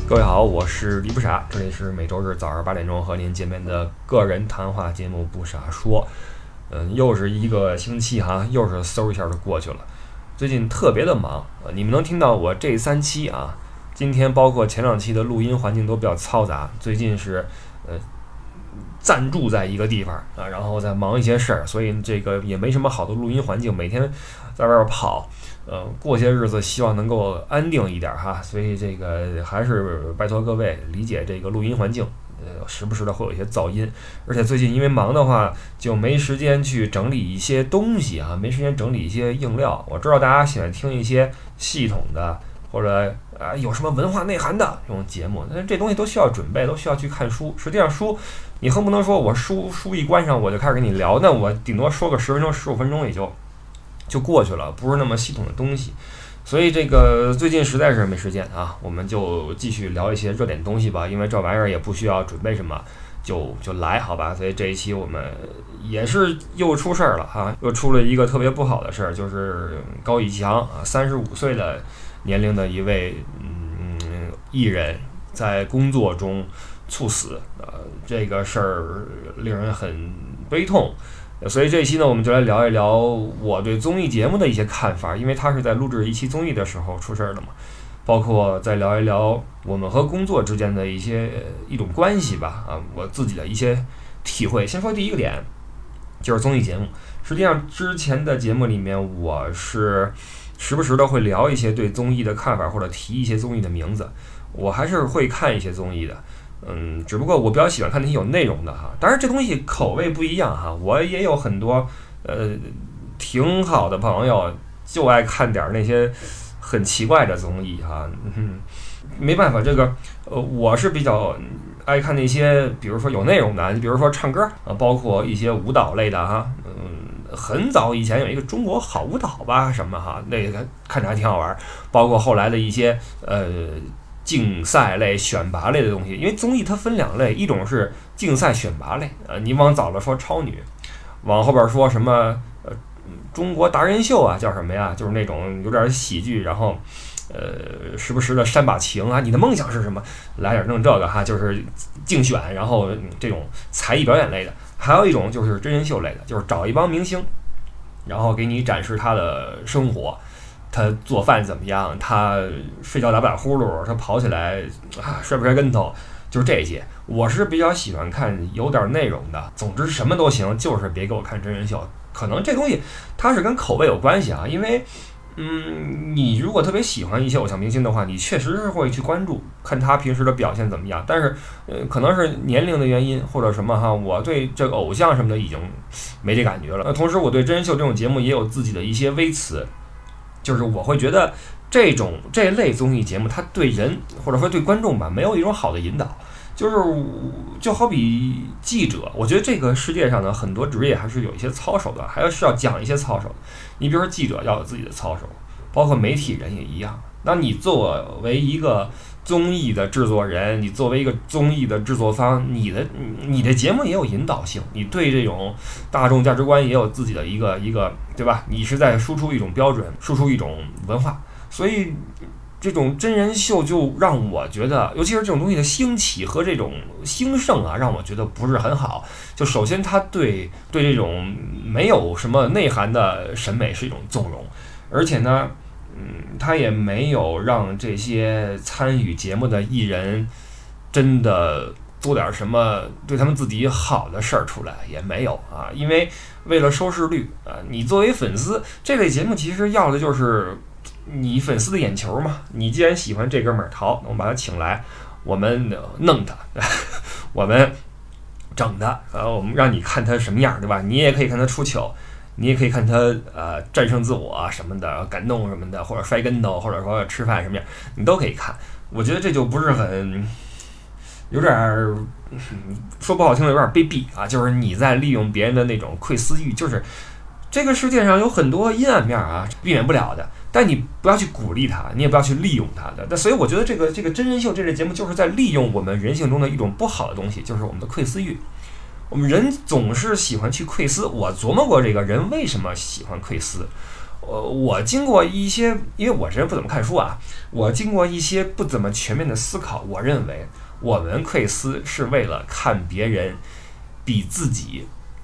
各位好，我是李不傻，这里是每周日早上8点钟和您见面的个人谈话节目不傻说。又是一个星期哈，又是嗖一下就过去了。最近特别的忙，你们能听到我这3期啊，今天包括前2期的录音环境都比较嘈杂。最近是暂住在一个地方啊，然后在忙一些事儿，所以这个也没什么好的录音环境，每天在外边跑。过些日子希望能够安定一点哈，所以这个还是拜托各位理解这个录音环境，时不时的会有一些噪音，而且最近因为忙的话，就没时间去整理一些东西啊，没时间整理一些硬料。我知道大家喜欢听一些系统的或者有什么文化内涵的这种节目，但是这东西都需要准备，都需要去看书。实际上书，你恨不能说我书一关上我就开始跟你聊，那我顶多说个10分钟、15分钟也就过去了，不是那么系统的东西。所以这个最近实在是没时间啊，我们就继续聊一些热点东西吧，因为这玩意儿也不需要准备什么，就来好吧。所以这一期我们也是又出事儿了哈，又出了一个特别不好的事儿，就是高以翔啊，35岁的年龄的一位艺人，在工作中猝死，这个事儿令人很悲痛。所以这一期呢，我们就来聊一聊我对综艺节目的一些看法，因为他是在录制一期综艺的时候出事儿的嘛，包括再聊一聊我们和工作之间的一种关系吧，我自己的一些体会。先说第一个点，就是综艺节目。实际上之前的节目里面，我是时不时的会聊一些对综艺的看法，或者提一些综艺的名字，我还是会看一些综艺的。只不过我比较喜欢看那些有内容的哈，当然这东西口味不一样哈，我也有很多挺好的朋友就爱看点那些很奇怪的综艺哈，没办法，这个我是比较爱看那些比如说有内容的，你比如说唱歌啊，包括一些舞蹈类的哈，很早以前有一个中国好舞蹈吧什么哈，那个看着还挺好玩，包括后来的一些竞赛类、选拔类的东西。因为综艺它分2类，一种是竞赛选拔类，你往早了说超女，往后边说什么中国达人秀啊，叫什么呀？就是那种有点喜剧，然后时不时的煽把情啊，你的梦想是什么？来点弄这个哈，就是竞选，然后这种才艺表演类的。还有一种就是真人秀类的，就是找一帮明星，然后给你展示他的生活。他做饭怎么样？他睡觉打不打呼噜？他跑起来摔不摔跟头？就是这些。我是比较喜欢看有点内容的。总之什么都行，就是别给我看真人秀。可能这东西它是跟口味有关系啊，因为你如果特别喜欢一些偶像明星的话，你确实是会去关注，看他平时的表现怎么样。但是可能是年龄的原因或者什么哈，我对这个偶像什么的已经没这感觉了。同时我对真人秀这种节目也有自己的一些微词。就是我会觉得这类综艺节目，它对人或者说对观众吧，没有一种好的引导。就好比记者，我觉得这个世界上呢，很多职业还是有一些操守的，还是要讲一些操守的。你比如说记者要有自己的操守，包括媒体人也一样。那你作为一个综艺的制作人，你作为一个综艺的制作方，你的节目也有引导性，你对这种大众价值观也有自己的一个对吧？你是在输出一种标准，输出一种文化。所以这种真人秀就让我觉得，尤其是这种东西的兴起和这种兴盛啊，让我觉得不是很好。就首先他对这种没有什么内涵的审美是一种纵容，而且呢他也没有让这些参与节目的艺人真的做点什么对他们自己好的事儿出来，也没有啊。因为为了收视率啊，你作为粉丝，这类节目其实要的就是你粉丝的眼球嘛。你既然喜欢这哥们儿，好，我们把他请来，我们弄他，我们整他，我们让你看他什么样，对吧？你也可以看他出糗。你也可以看他战胜自我什么的，感动什么的，或者摔跟头，或者说吃饭什么样，你都可以看。我觉得这就不是有点说不好听的有点卑鄙啊，就是你在利用别人的那种窥私欲。就是这个世界上有很多阴暗面啊，避免不了的，但你不要去鼓励它，你也不要去利用它的。但所以我觉得这个真人秀这类节目就是在利用我们人性中的一种不好的东西，就是我们的窥私欲。我们人总是喜欢去窥私。我琢磨过这个人为什么喜欢窥私， 我经过一些，因为我这人不怎么看书啊，我经过一些不怎么全面的思考，我认为我们窥私是为了看别人比自己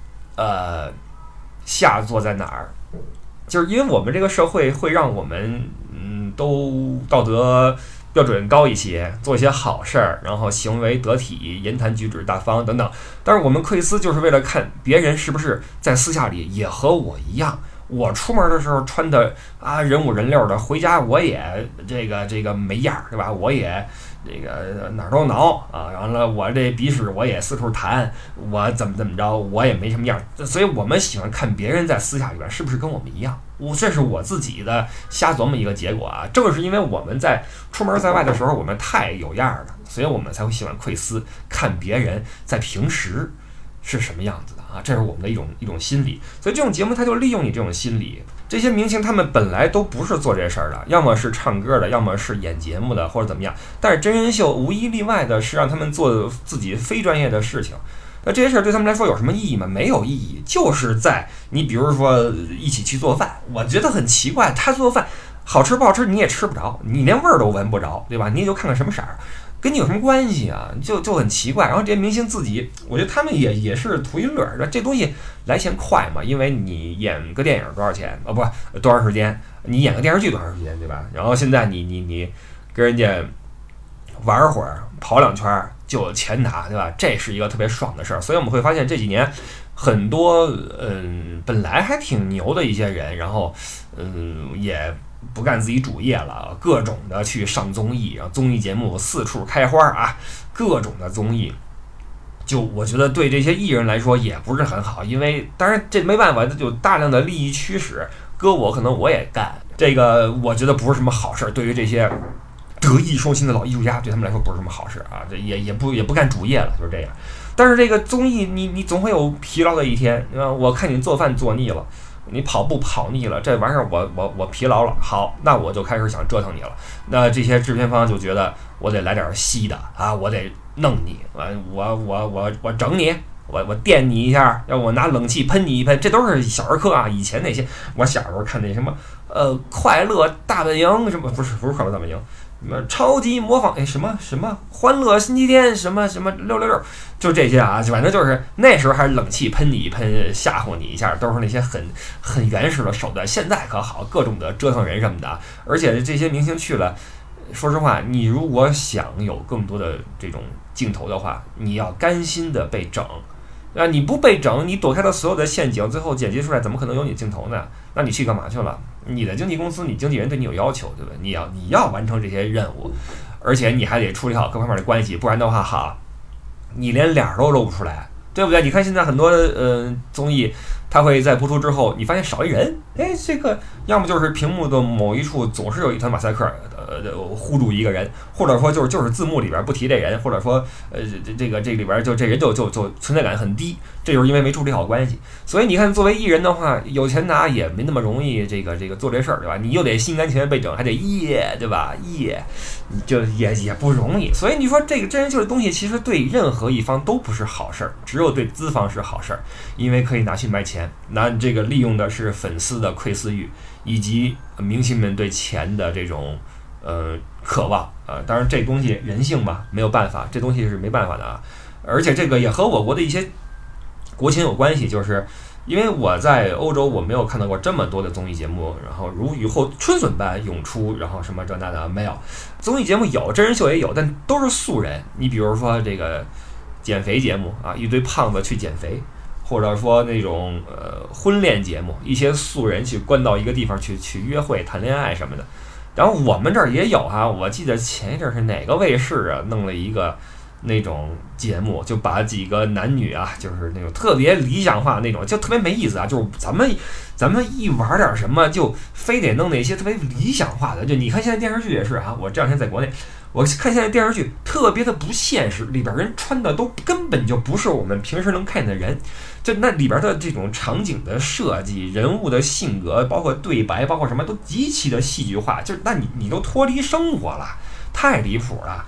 下作在哪儿，就是因为我们这个社会会让我们都道德标准高一些，做一些好事儿，然后行为得体，言谈举止大方等等。但是我们窥私就是为了看别人是不是在私下里也和我一样。我出门的时候穿的人五人六的，回家我也这个没样儿，对吧？我也这个哪儿都挠啊，然后呢，我这鼻屎我也四处弹，我怎么着，我也没什么样。所以我们喜欢看别人在私下里边是不是跟我们一样。这是我自己的瞎琢磨一个结果啊。正是因为我们在出门在外的时候，我们太有样了，所以我们才会喜欢窥私，看别人在平时是什么样子的啊，这是我们的一种心理。所以这种节目它就利用你这种心理。这些明星他们本来都不是做这事儿的，要么是唱歌的，要么是演节目的，或者怎么样。但是真人秀无一例外的是让他们做自己非专业的事情。那这些事儿对他们来说有什么意义吗？没有意义，就是在你比如说一起去做饭，我觉得很奇怪，他做饭好吃不好吃你也吃不着，你连味儿都闻不着，对吧？你也就看看什么色儿。跟你有什么关系啊？就很奇怪。然后这些明星自己，我觉得他们也是图一乐的，这东西来钱快嘛，因为你演个电影多少钱啊？不，多长时间？你演个电视剧多长时间，对吧？然后现在你跟人家玩会儿，跑2圈就有钱拿，对吧？这是一个特别爽的事儿。所以我们会发现这几年很多本来还挺牛的一些人，然后也不干自己主业了，各种的去上综艺，然后综艺节目四处开花啊，各种的综艺，就我觉得对这些艺人来说也不是很好，因为当然这没办法，这有大量的利益驱使，搁我可能我也干，这个我觉得不是什么好事。对于这些德艺双馨的老艺术家，对他们来说不是什么好事啊，这也不干主业了，就是这样。但是这个综艺你总会有疲劳的一天，我看你做饭做腻了，你跑步跑腻了，这玩意儿我疲劳了，好，那我就开始想折腾你了。那这些制片方就觉得我得来点稀的啊，我得弄你，我整你，我电你一下，要我拿冷气喷你一喷，这都是小儿科啊。以前那些我小时候看那什么快乐大本营什么，不是快乐大本营，什么超级模仿什么欢乐星期天什么666，就这些啊，反正就是那时候还是冷气喷你一喷，吓唬你一下，都是那些很原始的手段。现在可好，各种的折腾人什么的，而且这些明星去了，说实话，你如果想有更多的这种镜头的话，你要甘心的被整。你不被整，你躲开了所有的陷阱，最后剪辑出来怎么可能有你镜头呢？那你去干嘛去了？你的经纪公司，你经纪人对你有要求，对吧？你要完成这些任务，而且你还得处理好各方面的关系，不然的话哈，你连脸都露不出来，对不对？你看现在很多综艺，它会在播出之后，你发现少一人，这个要么就是屏幕的某一处总是有一团马赛克，糊住一个人，或者说就是字幕里边不提这人，或者说这里边就这人就存在感很低，这就是因为没处理好关系。所以你看，作为艺人的话，有钱拿也没那么容易，这个做这事儿，对吧？你又得心甘情愿被整，还得对吧？就也不容易。所以你说这个真人秀的东西，其实对任何一方都不是好事儿，只有对资方是好事儿，因为可以拿去卖钱。那这个利用的是粉丝的窥私欲，以及明星们对钱的这种渴望啊。当然这东西人性嘛，没有办法，这东西是没办法的啊。而且这个也和我国的一些国情有关系，就是因为我在欧洲，我没有看到过这么多的综艺节目，然后如雨后春笋般涌出，然后什么这那的没有。综艺节目有，真人秀也有，但都是素人。你比如说这个减肥节目啊，一堆胖子去减肥，或者说那种婚恋节目，一些素人去关到一个地方去约会、谈恋爱什么的。然后我们这儿也有啊，我记得前一阵是哪个卫视啊弄了一个那种节目，就把几个男女啊，就是那种特别理想化那种，就特别没意思啊。就是咱们一玩点什么，就非得弄那些特别理想化的。就你看现在电视剧也是啊，我这两天在国内，我看现在电视剧特别的不现实，里边人穿的都根本就不是我们平时能看见的人。就那里边的这种场景的设计、人物的性格，包括对白，包括什么都极其的戏剧化。就是那你都脱离生活了，太离谱了。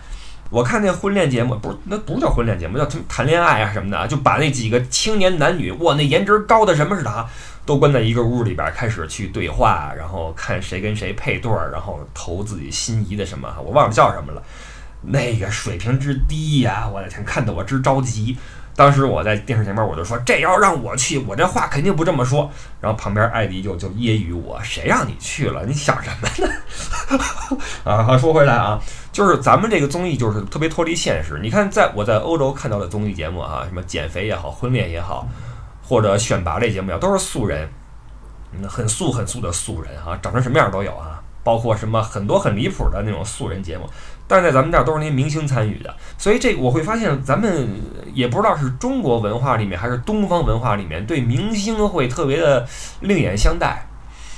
我看那婚恋节目，那不是叫婚恋节目，叫谈恋爱啊什么的，就把那几个青年男女，哇，那颜值高的什么似的啊，都关在一个屋里边开始去对话，然后看谁跟谁配对儿，然后投自己心仪的什么，我忘了叫什么了。那个水平之低呀，我的天，看得我直着急。当时我在电视前面我就说，这要让我去，我这话肯定不这么说。然后旁边艾迪就揶揄我，谁让你去了？你想什么呢？啊，说回来啊，就是咱们这个综艺就是特别脱离现实。你看，我在欧洲看到的综艺节目啊，什么减肥也好，婚恋也好，或者选拔类节目也好，都是素人，很素的素人啊，长成什么样都有啊，包括什么很多很离谱的那种素人节目。但是在咱们这儿都是那些明星参与的，所以这我会发现咱们也不知道是中国文化里面还是东方文化里面对明星会特别的另眼相待。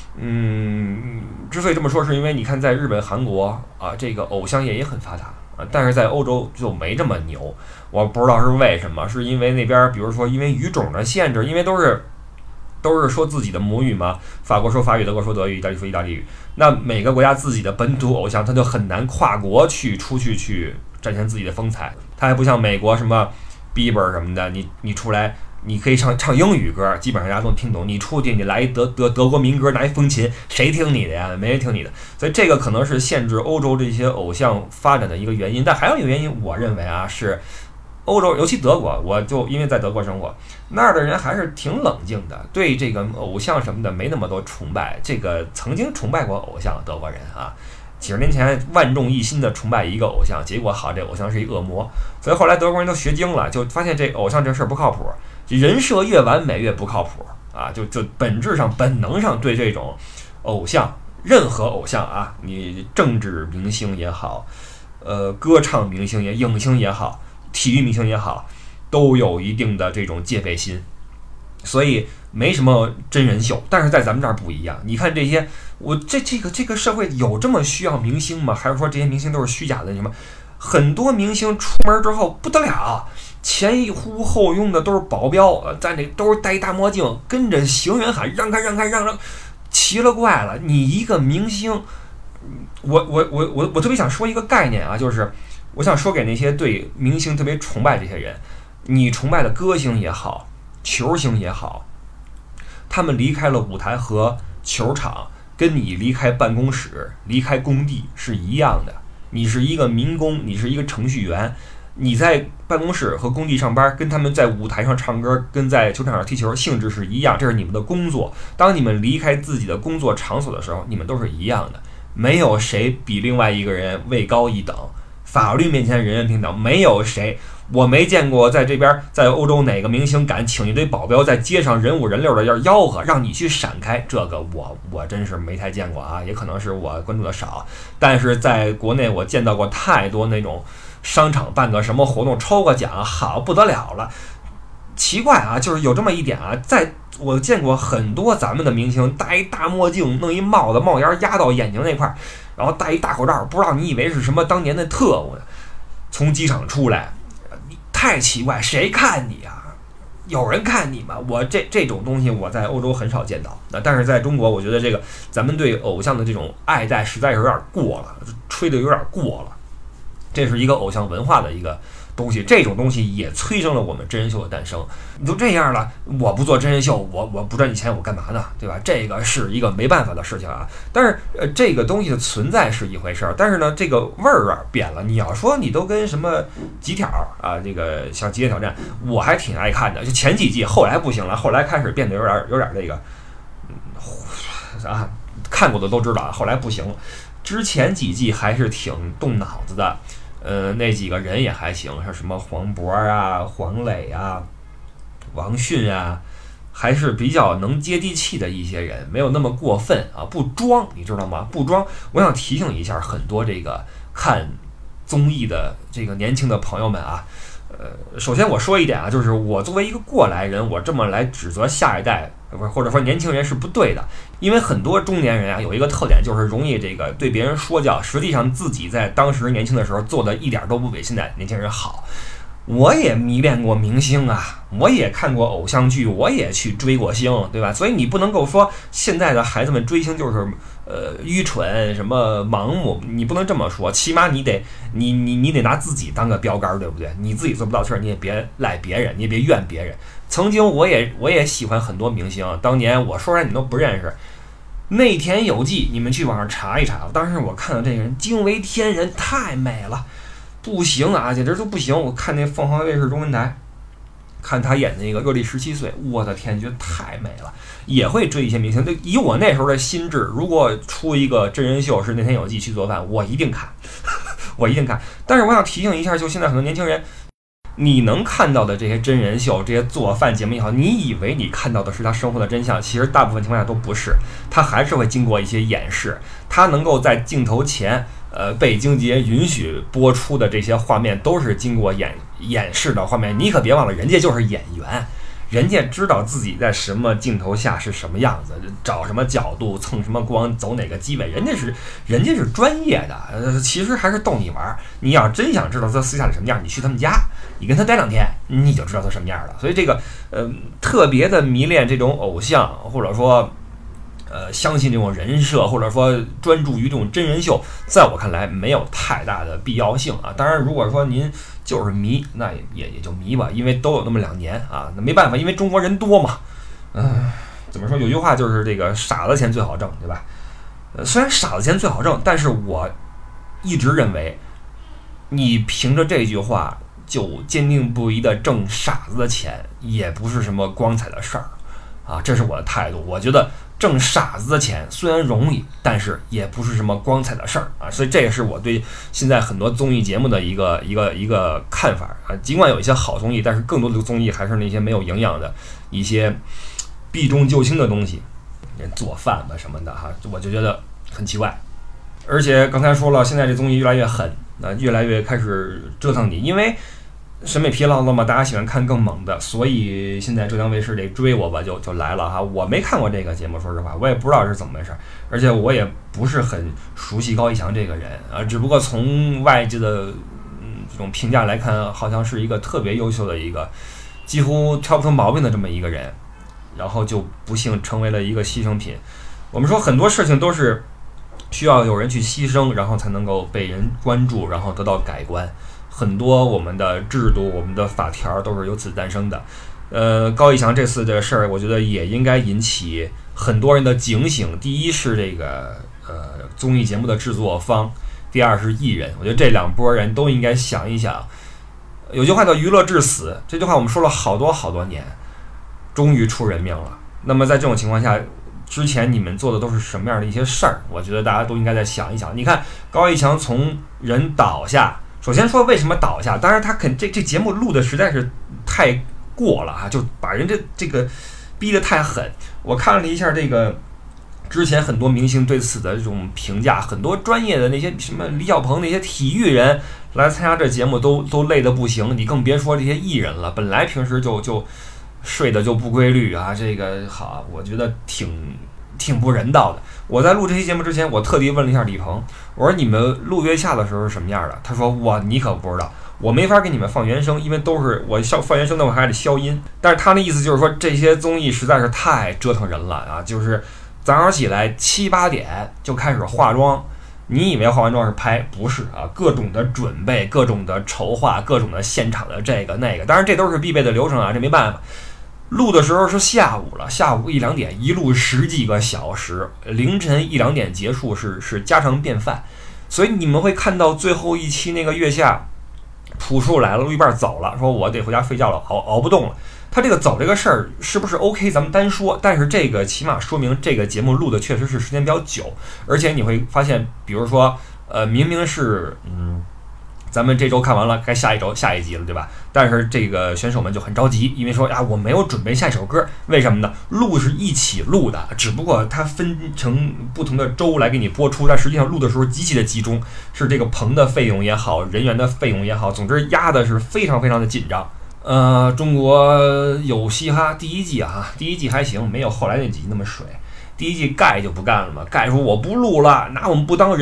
之所以这么说，是因为你看在日本、韩国啊，这个偶像业也很发达啊，但是在欧洲就没这么牛。我不知道是为什么，是因为那边比如说因为语种的限制，因为都是说自己的母语嘛，法国说法语，德国说德语，意大利说意大利语。那每个国家自己的本土偶像，他就很难跨国出去展现自己的风采。他还不像美国什么 Bieber 什么的，你出来你可以唱英语歌，基本上大家都听懂。你出去你来德国民歌，拿一风琴，谁听你的呀？没人听你的。所以这个可能是限制欧洲这些偶像发展的一个原因。但还有一个原因，我认为啊是。欧洲，尤其德国，我就因为在德国生活，那儿的人还是挺冷静的，对这个偶像什么的没那么多崇拜。这个曾经崇拜过偶像，德国人啊，几十年前万众一心的崇拜一个偶像，结果好，这偶像是一恶魔。所以后来德国人都学精了，就发现这偶像这事儿不靠谱，人设越完美越不靠谱啊！就本质上本能上对这种偶像，任何偶像啊，你政治明星也好，歌唱明星影星也好。体育明星也好，都有一定的这种戒备心，所以没什么真人秀。但是在咱们这儿不一样，你看这些，这个社会有这么需要明星吗？还是说这些明星都是虚假的？什么很多明星出门之后不得了，前一呼后拥的都是保镖，在那都是戴一大墨镜，跟着行人喊让开让开让，奇了怪了。你一个明星，我特别想说一个概念啊，就是。我想说给那些对明星特别崇拜这些人，你崇拜的歌星也好，球星也好，他们离开了舞台和球场，跟你离开办公室、离开工地是一样的。你是一个民工，你是一个程序员，你在办公室和工地上班，跟他们在舞台上唱歌，跟在球场上踢球性质是一样，这是你们的工作。当你们离开自己的工作场所的时候，你们都是一样的，没有谁比另外一个人位高一等。法律面前人人平等，没有谁，我没见过在这边在欧洲哪个明星敢请一堆保镖在街上人五人六的要吆喝让你去闪开，这个我真是没太见过啊，也可能是我关注的少。但是在国内我见到过太多那种商场办个什么活动抽个奖好不得了了。奇怪啊，就是有这么一点啊，在我见过很多咱们的明星戴一大墨镜，弄一帽子帽檐压到眼睛那块，然后戴一大口罩，不知道你以为是什么当年的特务呢？从机场出来，太奇怪，谁看你啊？有人看你吗？我这种东西我在欧洲很少见到，但是在中国，我觉得这个咱们对偶像的这种爱戴实在是有点过了，吹的有点过了。这是一个偶像文化的一个东西，这种东西也催生了我们真人秀的诞生。你都这样了，我不做真人秀，我不赚你钱，我干嘛呢？对吧？这个是一个没办法的事情啊。但是这个东西的存在是一回事儿，但是呢，这个味儿变了。你要说你都跟什么极挑啊，这个像极限挑战，我还挺爱看的。就前几季，后来不行了，后来开始变得有点这个，看过的都知道啊，后来不行了。之前几季还是挺动脑子的。那几个人也还行，像什么黄渤啊、黄磊啊、王迅啊，还是比较能接地气的一些人，没有那么过分啊，不装，你知道吗？不装。我想提醒一下很多这个看综艺的这个年轻的朋友们啊，首先我说一点啊，就是我作为一个过来人，我这么来指责下一代或者说年轻人是不对的，因为很多中年人啊有一个特点，就是容易这个对别人说教，实际上自己在当时年轻的时候做的一点都不比现在年轻人好。 我也迷恋过明星啊，我也看过偶像剧，我也去追过星，对吧？所以你不能够说现在的孩子们追星就是愚蠢什么盲目，你不能这么说。起码你得拿自己当个标杆，对不对？你自己做不到事儿，你也别赖别人，你也别怨别人。曾经我也喜欢很多明星，当年我说出来你们都不认识。内田有纪，你们去网上查一查。当时我看到这个人惊为天人，太美了。不行啊，简直都不行！我看那凤凰卫视中文台，看他演那个《热力17岁》，我的天，觉得太美了。也会追一些明星，以我那时候的心智，如果出一个真人秀是内田有纪去做饭，我一定看，我一定看。但是我想提醒一下，就现在很多年轻人，你能看到的这些真人秀、这些做饭节目也好，你以为你看到的是他生活的真相，其实大部分情况下都不是，他还是会经过一些掩饰，他能够在镜头前。被经纪人允许播出的这些画面都是经过掩饰的画面，你可别忘了，人家就是演员，人家知道自己在什么镜头下是什么样子，找什么角度，蹭什么光，走哪个机位，人家是专业的。其实还是逗你玩。你要真想知道他私下里什么样，你去他们家，你跟他待2天，你就知道他什么样了。所以这个特别的迷恋这种偶像，或者说。相信这种人设，或者说专注于这种真人秀，在我看来没有太大的必要性啊。当然，如果说您就是迷，那也就迷吧，因为都有那么2年啊，那没办法，因为中国人多嘛。怎么说？有句话就是这个傻子钱最好挣，对吧？虽然傻子钱最好挣，但是我一直认为，你凭着这句话就坚定不移的挣傻子的钱，也不是什么光彩的事儿啊。这是我的态度，我觉得。挣傻子的钱虽然容易，但是也不是什么光彩的事儿啊，所以这也是我对现在很多综艺节目的一个看法啊。尽管有一些好综艺，但是更多的综艺还是那些没有营养的一些避重就轻的东西，做饭吧什么的哈，我就觉得很奇怪。而且刚才说了，现在这综艺越来越狠，越来越开始折腾你，因为。审美疲劳了嘛，大家喜欢看更猛的，所以现在浙江卫视得追我吧，就来了哈。我没看过这个节目，说实话，我也不知道是怎么回事，而且我也不是很熟悉高以翔这个人啊，只不过从外界的这种评价来看，好像是一个特别优秀的一个，几乎挑不出毛病的这么一个人，然后就不幸成为了一个牺牲品。我们说很多事情都是需要有人去牺牲，然后才能够被人关注，然后得到改观。很多我们的制度、我们的法条都是由此诞生的。高以翔这次的事儿，我觉得也应该引起很多人的警醒。第一是这个综艺节目的制作方，第二是艺人。我觉得这2拨人都应该想一想。有句话叫娱乐至死，这句话我们说了好多年，终于出人命了。那么在这种情况下，之前你们做的都是什么样的一些事儿？我觉得大家都应该再想一想。你看高以翔从人倒下。首先说为什么倒下，当然他这节目录的实在是太过了啊，就把人这个逼得太狠。我看了一下这个之前很多明星对此的这种评价，很多专业的那些什么李小鹏那些体育人来参加这节目都累得不行，你更别说这些艺人了。本来平时就睡得就不规律啊，这个好，我觉得挺不人道的。我在录这期节目之前，我特地问了一下李鹏，我说你们录月下的时候是什么样的？他说哇，你可不知道，我没法给你们放原声，因为都是我放原声的，我还得消音。但是他的意思就是说，这些综艺实在是太折腾人了啊！就是早上起来7、8点就开始化妆，你以为化完妆是拍，不是啊？各种的准备，各种的筹划，各种的现场的这个那个，当然这都是必备的流程啊，这没办法。录的时候是下午了，下午1、2点，一录10几个小时，凌晨1、2点结束是家常便饭。所以你们会看到最后一期那个月下，朴树来了，录一半走了，说我得回家睡觉了，熬不动了。他这个走这个事儿是不是 OK？ 咱们单说，但是这个起码说明这个节目录的确实是时间比较久，而且你会发现，比如说明明是咱们这周看完了，该下一集了，对吧？但是这个选手们就很着急，因为说我没有准备下一首歌，为什么呢？录是一起录的，只不过它分成不同的周来给你播出，但实际上录的时候极其的集中，是这个棚的费用也好，人员的费用也好，总之压的是非常非常的紧张。中国有嘻哈第一季还行，没有后来那几集那么水。第一季盖就不干了嘛，盖说我不录了，拿我们不当人。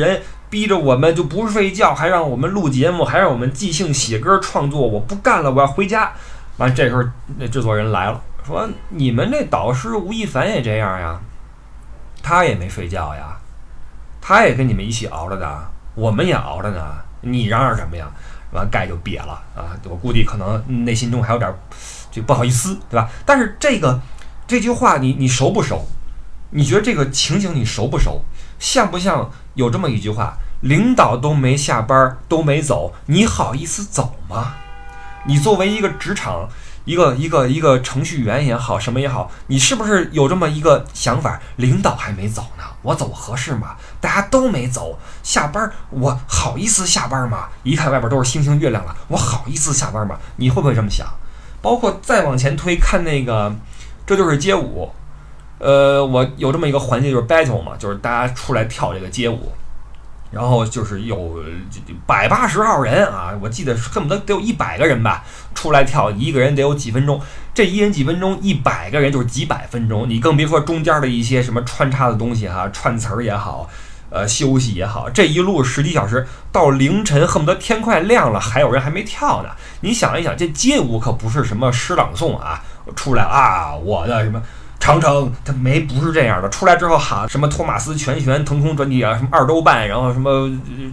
逼着我们就不睡觉，还让我们录节目，还让我们即兴写歌创作，我不干了，我要回家。完，这时候那制作人来了，说你们这导师吴亦凡也这样呀，他也没睡觉呀，他也跟你们一起熬着的，我们也熬着呢，你嚷嚷什么呀？完，盖就瘪了啊！我估计可能内心中还有点就不好意思，对吧？但是这句话你熟不熟？你觉得这个情形你熟不熟？像不像有这么一句话：领导都没下班都没走，你好意思走吗？你作为一个职场一个程序员也好，什么也好，你是不是有这么一个想法？领导还没走呢，我走合适吗？大家都没走，下班我好意思下班吗？一看外边都是星星月亮了，我好意思下班吗？你会不会这么想？包括再往前推，看那个这就是街舞，我有这么一个环节，就是 battle 嘛，就是大家出来跳这个街舞。然后就是有180号人啊，我记得恨不得得有100个人吧，出来跳，一个人得有几分钟，这一人几分钟，100个人就是几百分钟，你更别说中间的一些什么穿插的东西哈，串词儿也好，休息也好，这一路10几小时到凌晨，恨不得天快亮了，还有人还没跳呢。你想一想，这街舞可不是什么诗朗诵啊，出来啊，我的什么。长城他不是这样的，出来之后喊什么托马斯全旋腾空转体啊，什么2周半，然后什么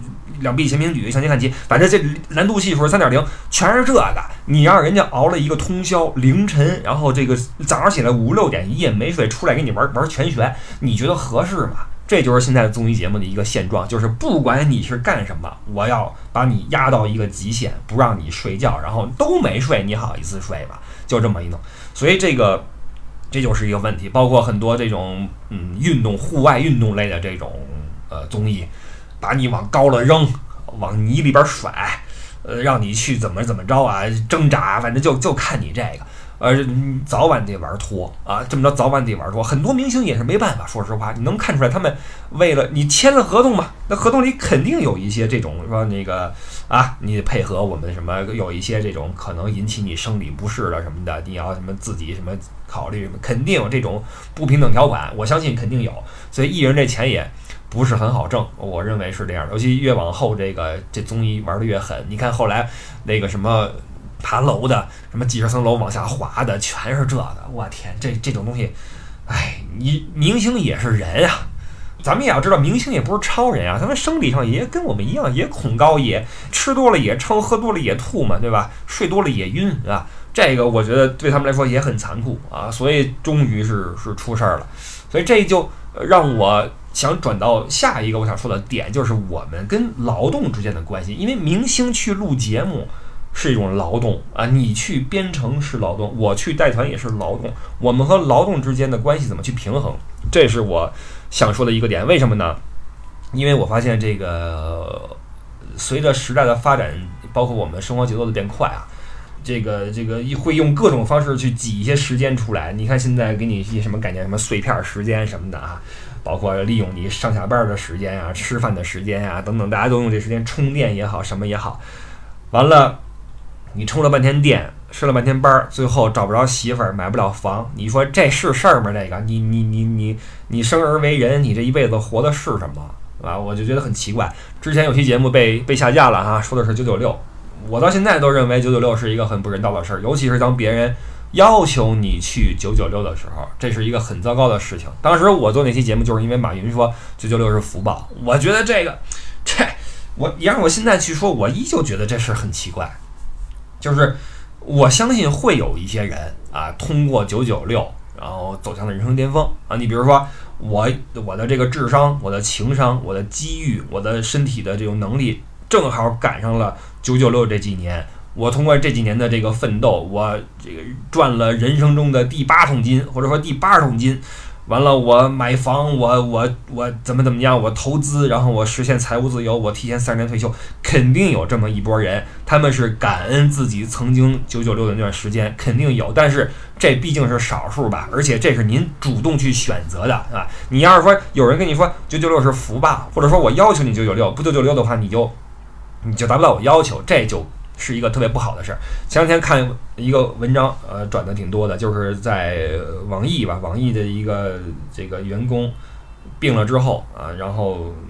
2臂前平举向前看齐，反正这难度系数 3.0 全是这个。你让人家熬了一个通宵凌晨，然后这个早上起来5、6点一夜没睡出来给你玩全旋，你觉得合适吗？这就是现在的综艺节目的一个现状，就是不管你是干什么，我要把你压到一个极限，不让你睡觉，然后都没睡，你好意思睡吧？就这么一弄，所以这就是一个问题，包括很多这种运动户外运动类的这种综艺，把你往高了扔，往泥里边甩，让你去怎么着啊，挣扎，反正就看你这个，早晚得玩脱啊，这么着早晚得玩脱。很多明星也是没办法，说实话，你能看出来他们为了你签了合同嘛，那合同里肯定有一些这种说那个啊，你配合我们什么，有一些这种可能引起你生理不适的什么的，你要什么自己什么考虑什么，肯定有这种不平等条款，我相信肯定有，所以艺人这钱也不是很好挣，我认为是这样的。尤其越往后这综艺玩得越狠，你看后来那个什么爬楼的，什么几十层楼往下滑的，全是这个，我天，这种东西，哎，你明星也是人啊。咱们也要知道，明星也不是超人啊，他们生理上也跟我们一样，也恐高，也吃多了也撑，喝多了也吐嘛，对吧？睡多了也晕，对吧？这个我觉得对他们来说也很残酷啊，所以终于是出事儿了。所以这就让我想转到下一个我想说的点，就是我们跟劳动之间的关系。因为明星去录节目是一种劳动啊，你去编程是劳动，我去带团也是劳动，我们和劳动之间的关系怎么去平衡，这是我想说的一个点。为什么呢？因为我发现这个随着时代的发展，包括我们生活节奏的变快啊，这个会用各种方式去挤一些时间出来。你看现在给你一些什么概念，什么碎片时间什么的啊，包括利用你上下班的时间啊、吃饭的时间啊等等，大家都用这时间充电也好，什么也好。完了，你充了半天电，上了半天班，最后找不着媳妇儿，买不了房，你说这是事儿吗？这个你生而为人，你这一辈子活的是什么啊？我就觉得很奇怪。之前有期节目被下架了哈，说的是996。我到现在都认为996是一个很不人道的事儿，尤其是当别人要求你去996的时候，这是一个很糟糕的事情。当时我做那期节目就是因为马云说996是福报，我觉得你让我现在去说，我依旧觉得这事很奇怪。就是我相信会有一些人啊，通过996然后走向了人生巅峰啊。你比如说我的这个智商、我的情商、我的机遇、我的身体的这种能力，正好赶上了996这几年，我通过这几年的这个奋斗，我这个赚了人生中的第8桶金，或者说第82桶金。完了，我买房，我怎么样，我投资，然后我实现财务自由，我提前30年退休，肯定有这么一波人，他们是感恩自己曾经996的那段时间，肯定有，但是这毕竟是少数吧，而且这是您主动去选择的啊。你要是说有人跟你说996是福报，或者说我要求你996，不996的话，你就达不到我要求，这就是一个特别不好的事儿。前两天看一个文章，转的挺多的，就是在网易的一个这个员工病了之后啊，然后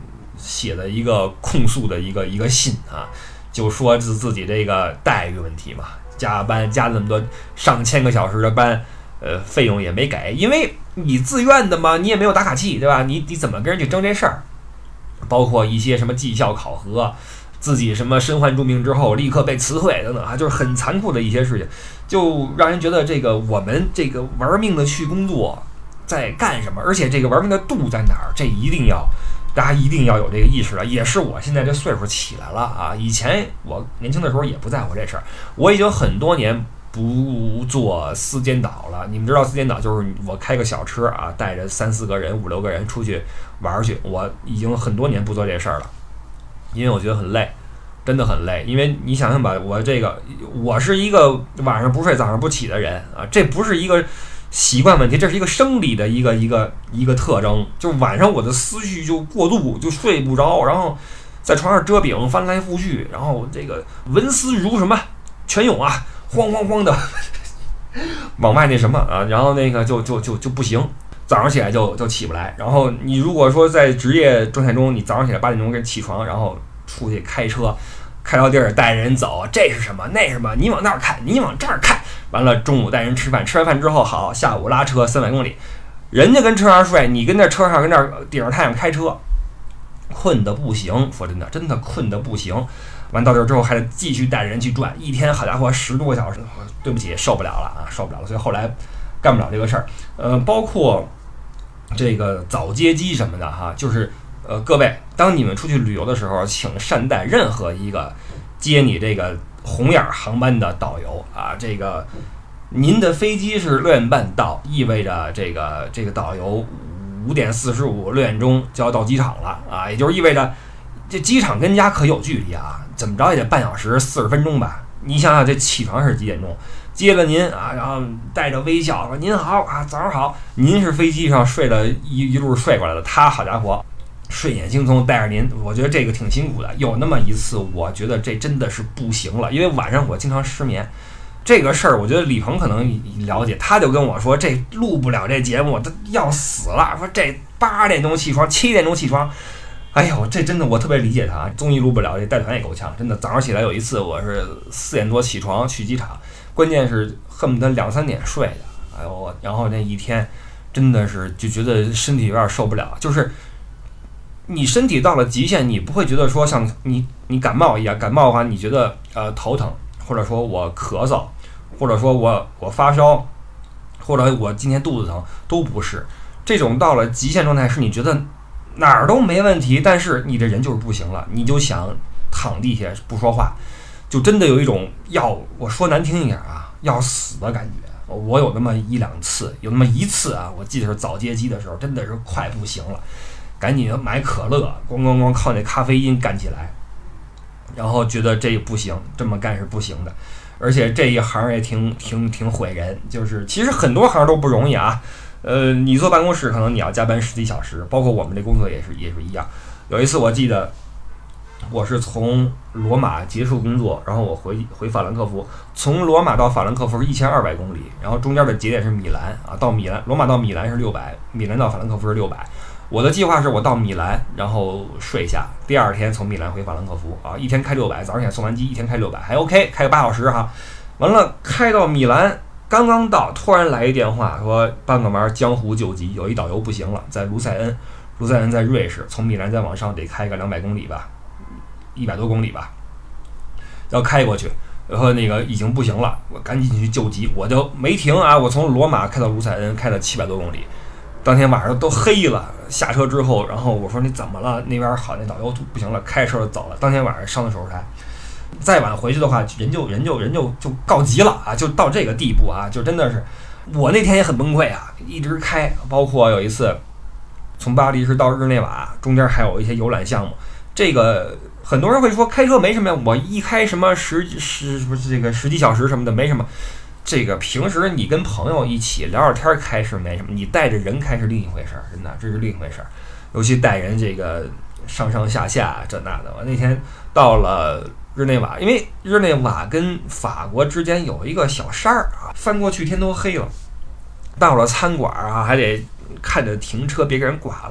写的一个控诉的一个信啊，就说自己这个待遇问题嘛，加班加那么多上千个小时的班，费用也没给，因为你自愿的嘛，你也没有打卡器，对吧？你怎么跟人去争这事儿？包括一些什么绩效考核，自己什么身患重病之后立刻被辞退等等啊，就是很残酷的一些事情，就让人觉得这个我们这个玩命的去工作在干什么，而且这个玩命的度在哪儿，这大家一定要有这个意识了。也是我现在这岁数起来了啊，以前我年轻的时候也不在乎这事儿，我已经很多年不做私间导了。你们知道私间导就是我开个小车啊，带着3、4个人、5、6个人出去玩去，我已经很多年不做这事儿了，因为我觉得很累，真的很累。因为你想想吧，我是一个晚上不睡早上不起的人啊，这不是一个习惯问题，这是一个生理的一个特征。就晚上我的思绪就过度，就睡不着，然后在床上遮饼翻来覆去，然后这个文思如什么泉涌啊，慌慌慌的往外那什么啊，然后那个就不行，早上起来就起不来。然后你如果说在职业状态中，你早上起来8点钟起床，然后出去开车，开到地儿带人走，这是什么那是什么，你往那儿看，你往这儿看，完了中午带人吃饭，吃完饭之后好，下午拉车300公里，人家跟车上睡，你跟那车上跟那顶着太阳开车，困得不行。说真的困得不行。完到这儿之后还得继续带人去转，一天好家伙10多个小时，对不起受不了了啊，受不了了。所以后来干不了这个事儿。包括这个早接机什么的哈，就是各位当你们出去旅游的时候，请善待任何一个接你这个红眼航班的导游啊。这个您的飞机是6点半到，意味着这个导游5点45、6点钟就要到机场了啊，也就是意味着这机场跟家可有距离啊，怎么着也得半小时40分钟吧。你想想这起床是几点钟，接了您啊，然后带着微笑说您好啊，早上好。您是飞机上睡了一路睡过来的，他好家伙睡眼惺忪带着您，我觉得这个挺辛苦的。有那么一次我觉得这真的是不行了，因为晚上我经常失眠，这个事儿我觉得李鹏可能了解，他就跟我说这录不了这节目，他要死了，说这8点钟起床7点钟起床，哎呦这真的我特别理解他，综艺录不了，这带团也够呛，真的。早上起来有一次我是4点多起床去机场，关键是恨不得2、3点睡的，哎呦，然后那一天真的是就觉得身体有点受不了，就是你身体到了极限，你不会觉得说像你感冒一样，感冒的话你觉得头疼，或者说我咳嗽，或者说我发烧，或者我今天肚子疼，都不是。这种到了极限状态是你觉得哪儿都没问题，但是你这人就是不行了，你就想躺地下不说话，就真的有一种我说难听一点啊，要死的感觉。我有那么1、2次，有那么一次啊，我记得是早接机的时候，真的是快不行了，赶紧买可乐，咣靠那咖啡因干起来，然后觉得这不行，这么干是不行的。而且这一行也挺毁人，就是其实很多行都不容易啊。你坐办公室可能你要加班10几小时，包括我们这工作也是一样。有一次我记得我是从罗马结束工作，然后我回法兰克福，从罗马到法兰克福是1200公里，然后中间的节点是米兰啊，到米兰，罗马到米兰是600，米兰到法兰克福是600。我的计划是我到米兰，然后睡下，第二天从米兰回法兰克福啊，一天开600，早上起来送完机，一天开600还 OK， 开个8小时哈。完了开到米兰，刚刚到，突然来一电话说帮个忙，江湖救急，有一导游不行了，在卢塞恩在瑞士，从米兰再往上得开个200公里吧，100多公里吧，要开过去，然后那个已经不行了，我赶紧去救急，我就没停啊，我从罗马开到卢塞恩，开了700多公里。当天晚上都黑了，下车之后，然后我说你怎么了？那边好，那导游不行了，开车就走了。当天晚上上的手术台，再晚回去的话，人就告急了啊，就到这个地步啊，就真的是，我那天也很崩溃啊，一直开，包括有一次从巴黎是到日内瓦，中间还有一些游览项目。这个很多人会说开车没什么呀，我一开什么十几小时什么的没什么。这个平时你跟朋友一起聊聊天开是没什么，你带着人开是另一回事儿，真的这是另一回事儿。尤其带人这个上下这那的。我那天到了日内瓦，因为日内瓦跟法国之间有一个小山儿啊，翻过去天都黑了。到了餐馆啊，还得看着停车别给人剐了。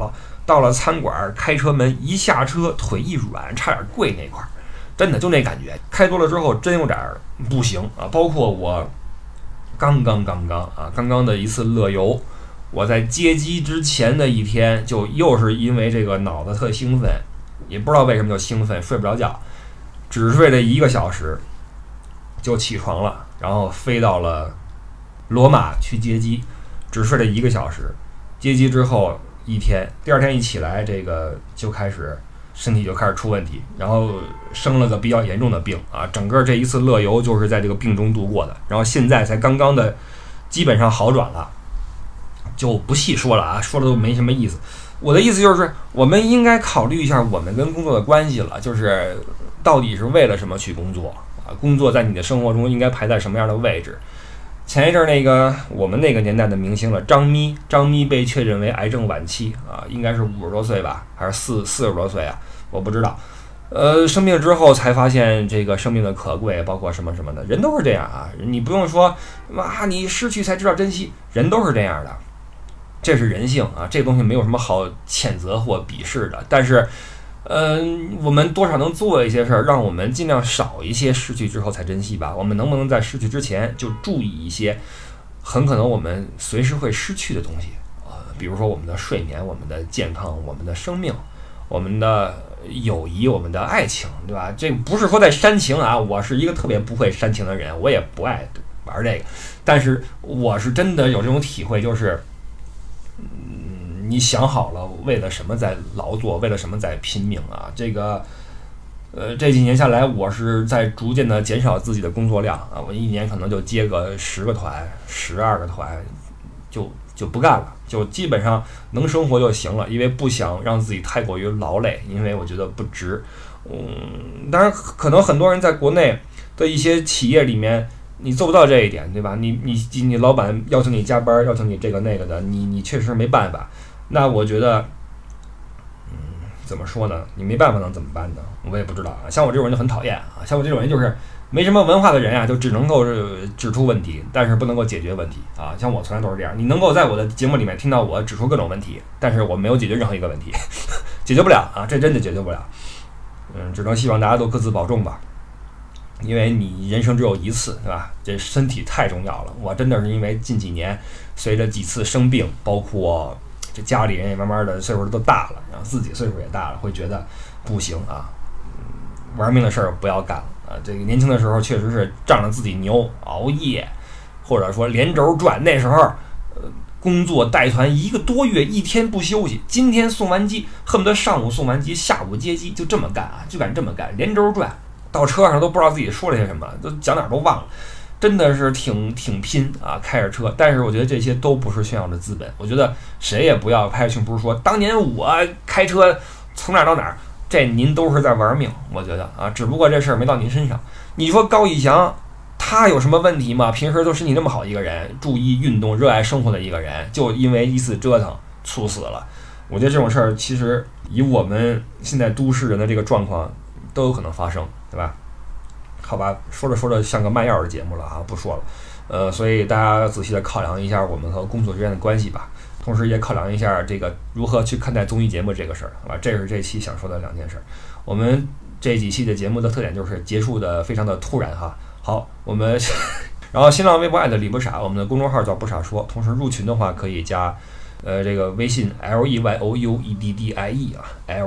到了餐馆，开车门一下车，腿一软，差点跪那块儿，真的就那感觉。开多了之后，真有点不行啊！包括我刚刚的一次乐游，我在接机之前的一天，就又是因为这个脑子特兴奋，也不知道为什么就兴奋，睡不着觉，只睡了1个小时就起床了，然后飞到了罗马去接机，只睡了1个小时。接机之后一天，第二天一起来，这个就开始身体就开始出问题，然后生了个比较严重的病啊！整个这一次乐游就是在这个病中度过的，然后现在才刚刚的基本上好转了，就不细说了啊，说了都没什么意思。我的意思就是，我们应该考虑一下我们跟工作的关系了，就是到底是为了什么去工作啊？工作在你的生活中应该排在什么样的位置？前一阵那个我们那个年代的明星了，张咪被确诊为癌症晚期啊，应该是50多岁吧，还是40多岁啊，我不知道。生病之后才发现这个生命的可贵，包括什么什么的，人都是这样啊，你不用说哇，你失去才知道珍惜，人都是这样的，这是人性啊，这东西没有什么好谴责或鄙视的，但是。我们多少能做一些事儿，让我们尽量少一些失去之后才珍惜吧。我们能不能在失去之前就注意一些，很可能我们随时会失去的东西比如说我们的睡眠、我们的健康、我们的生命、我们的友谊、我们的爱情，对吧？这不是说在煽情啊，我是一个特别不会煽情的人，我也不爱玩这个，但是我是真的有这种体会，就是你想好了为了什么在劳作，为了什么在拼命啊？这个，这几年下来，我是在逐渐的减少自己的工作量啊。我一年可能就接个10个团、12个团，就不干了，就基本上能生活就行了，因为不想让自己太过于劳累，因为我觉得不值。当然，可能很多人在国内的一些企业里面。你做不到这一点，对吧？你老板要求你加班，要求你这个那个的，你确实没办法。那我觉得，怎么说呢？你没办法能怎么办呢？我也不知道啊。像我这种人就很讨厌啊，像我这种人就是没什么文化的人啊，就只能够指出问题，但是不能够解决问题啊。像我从来都是这样，你能够在我的节目里面听到我指出各种问题，但是我没有解决任何一个问题，解决不了啊，这真的解决不了。只能希望大家都各自保重吧。因为你人生只有一次，对吧？这身体太重要了。我真的是因为近几年随着几次生病，包括这家里人也慢慢的岁数都大了，然后自己岁数也大了，会觉得不行啊，玩命的事儿不要干了啊。这个年轻的时候确实是仗着自己牛，熬夜，或者说连轴转。那时候工作带团1个多月，一天不休息。今天送完机，恨不得上午送完机，下午接机，就这么干啊，就敢这么干，连轴转。到车上都不知道自己说了些什么，都讲哪儿都忘了，真的是挺拼啊！开着车，但是我觉得这些都不是炫耀的资本。我觉得谁也不要拍胸脯说当年我开车从哪儿到哪儿，这您都是在玩命。我觉得啊，只不过这事儿没到您身上。你说高以翔他有什么问题吗？平时都身体那么好一个人，注意运动、热爱生活的一个人，就因为一次折腾猝死了。我觉得这种事儿其实以我们现在都市人的这个状况都有可能发生。对吧？好吧，说着像个卖药的节目了啊，不说了。所以大家仔细的考量一下我们和工作之间的关系吧，同时也考量一下这个如何去看待综艺节目这个事儿，好吧？这是这期想说的2件事。我们这几期的节目的特点就是结束的非常的突然哈。好，我们然后新浪微博李不傻，我们的公众号叫不傻说，同时入群的话可以加。这个微信 LEYOUEDDIE 啊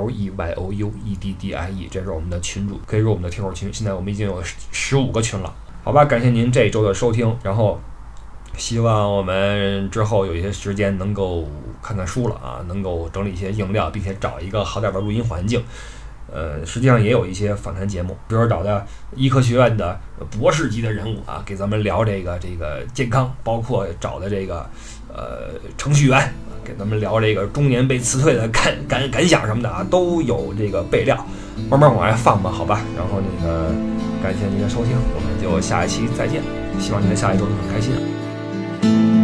，LEYOUEDDIE， 这是我们的群主，可以入我们的听友群。现在我们已经有15个群了，好吧？感谢您这一周的收听，然后希望我们之后有一些时间能够看看书了啊，能够整理一些硬料，并且找一个好点的录音环境。实际上也有一些访谈节目，比如说找的医科学院的博士级的人物啊，给咱们聊这个健康，包括找的这个程序员，给咱们聊这个中年被辞退的感想什么的啊，都有这个备料，慢慢往外放吧，好吧。然后感谢您的收听，我们就下一期再见，希望您的下一周都很开心。